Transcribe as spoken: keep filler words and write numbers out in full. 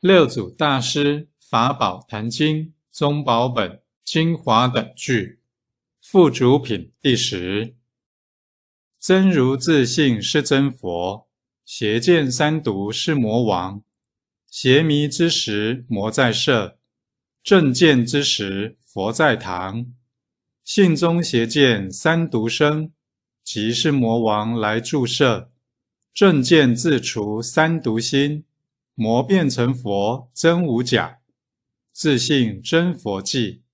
六祖大师法宝坛经宗宝本精华等句附主品第十。真如自性是真佛，邪见三毒是魔王。邪迷之时魔在舍，正见之时佛在堂。性中邪见三毒生，即是魔王来住舍。正见自除三毒心，魔变成佛真无假。自性真佛迹，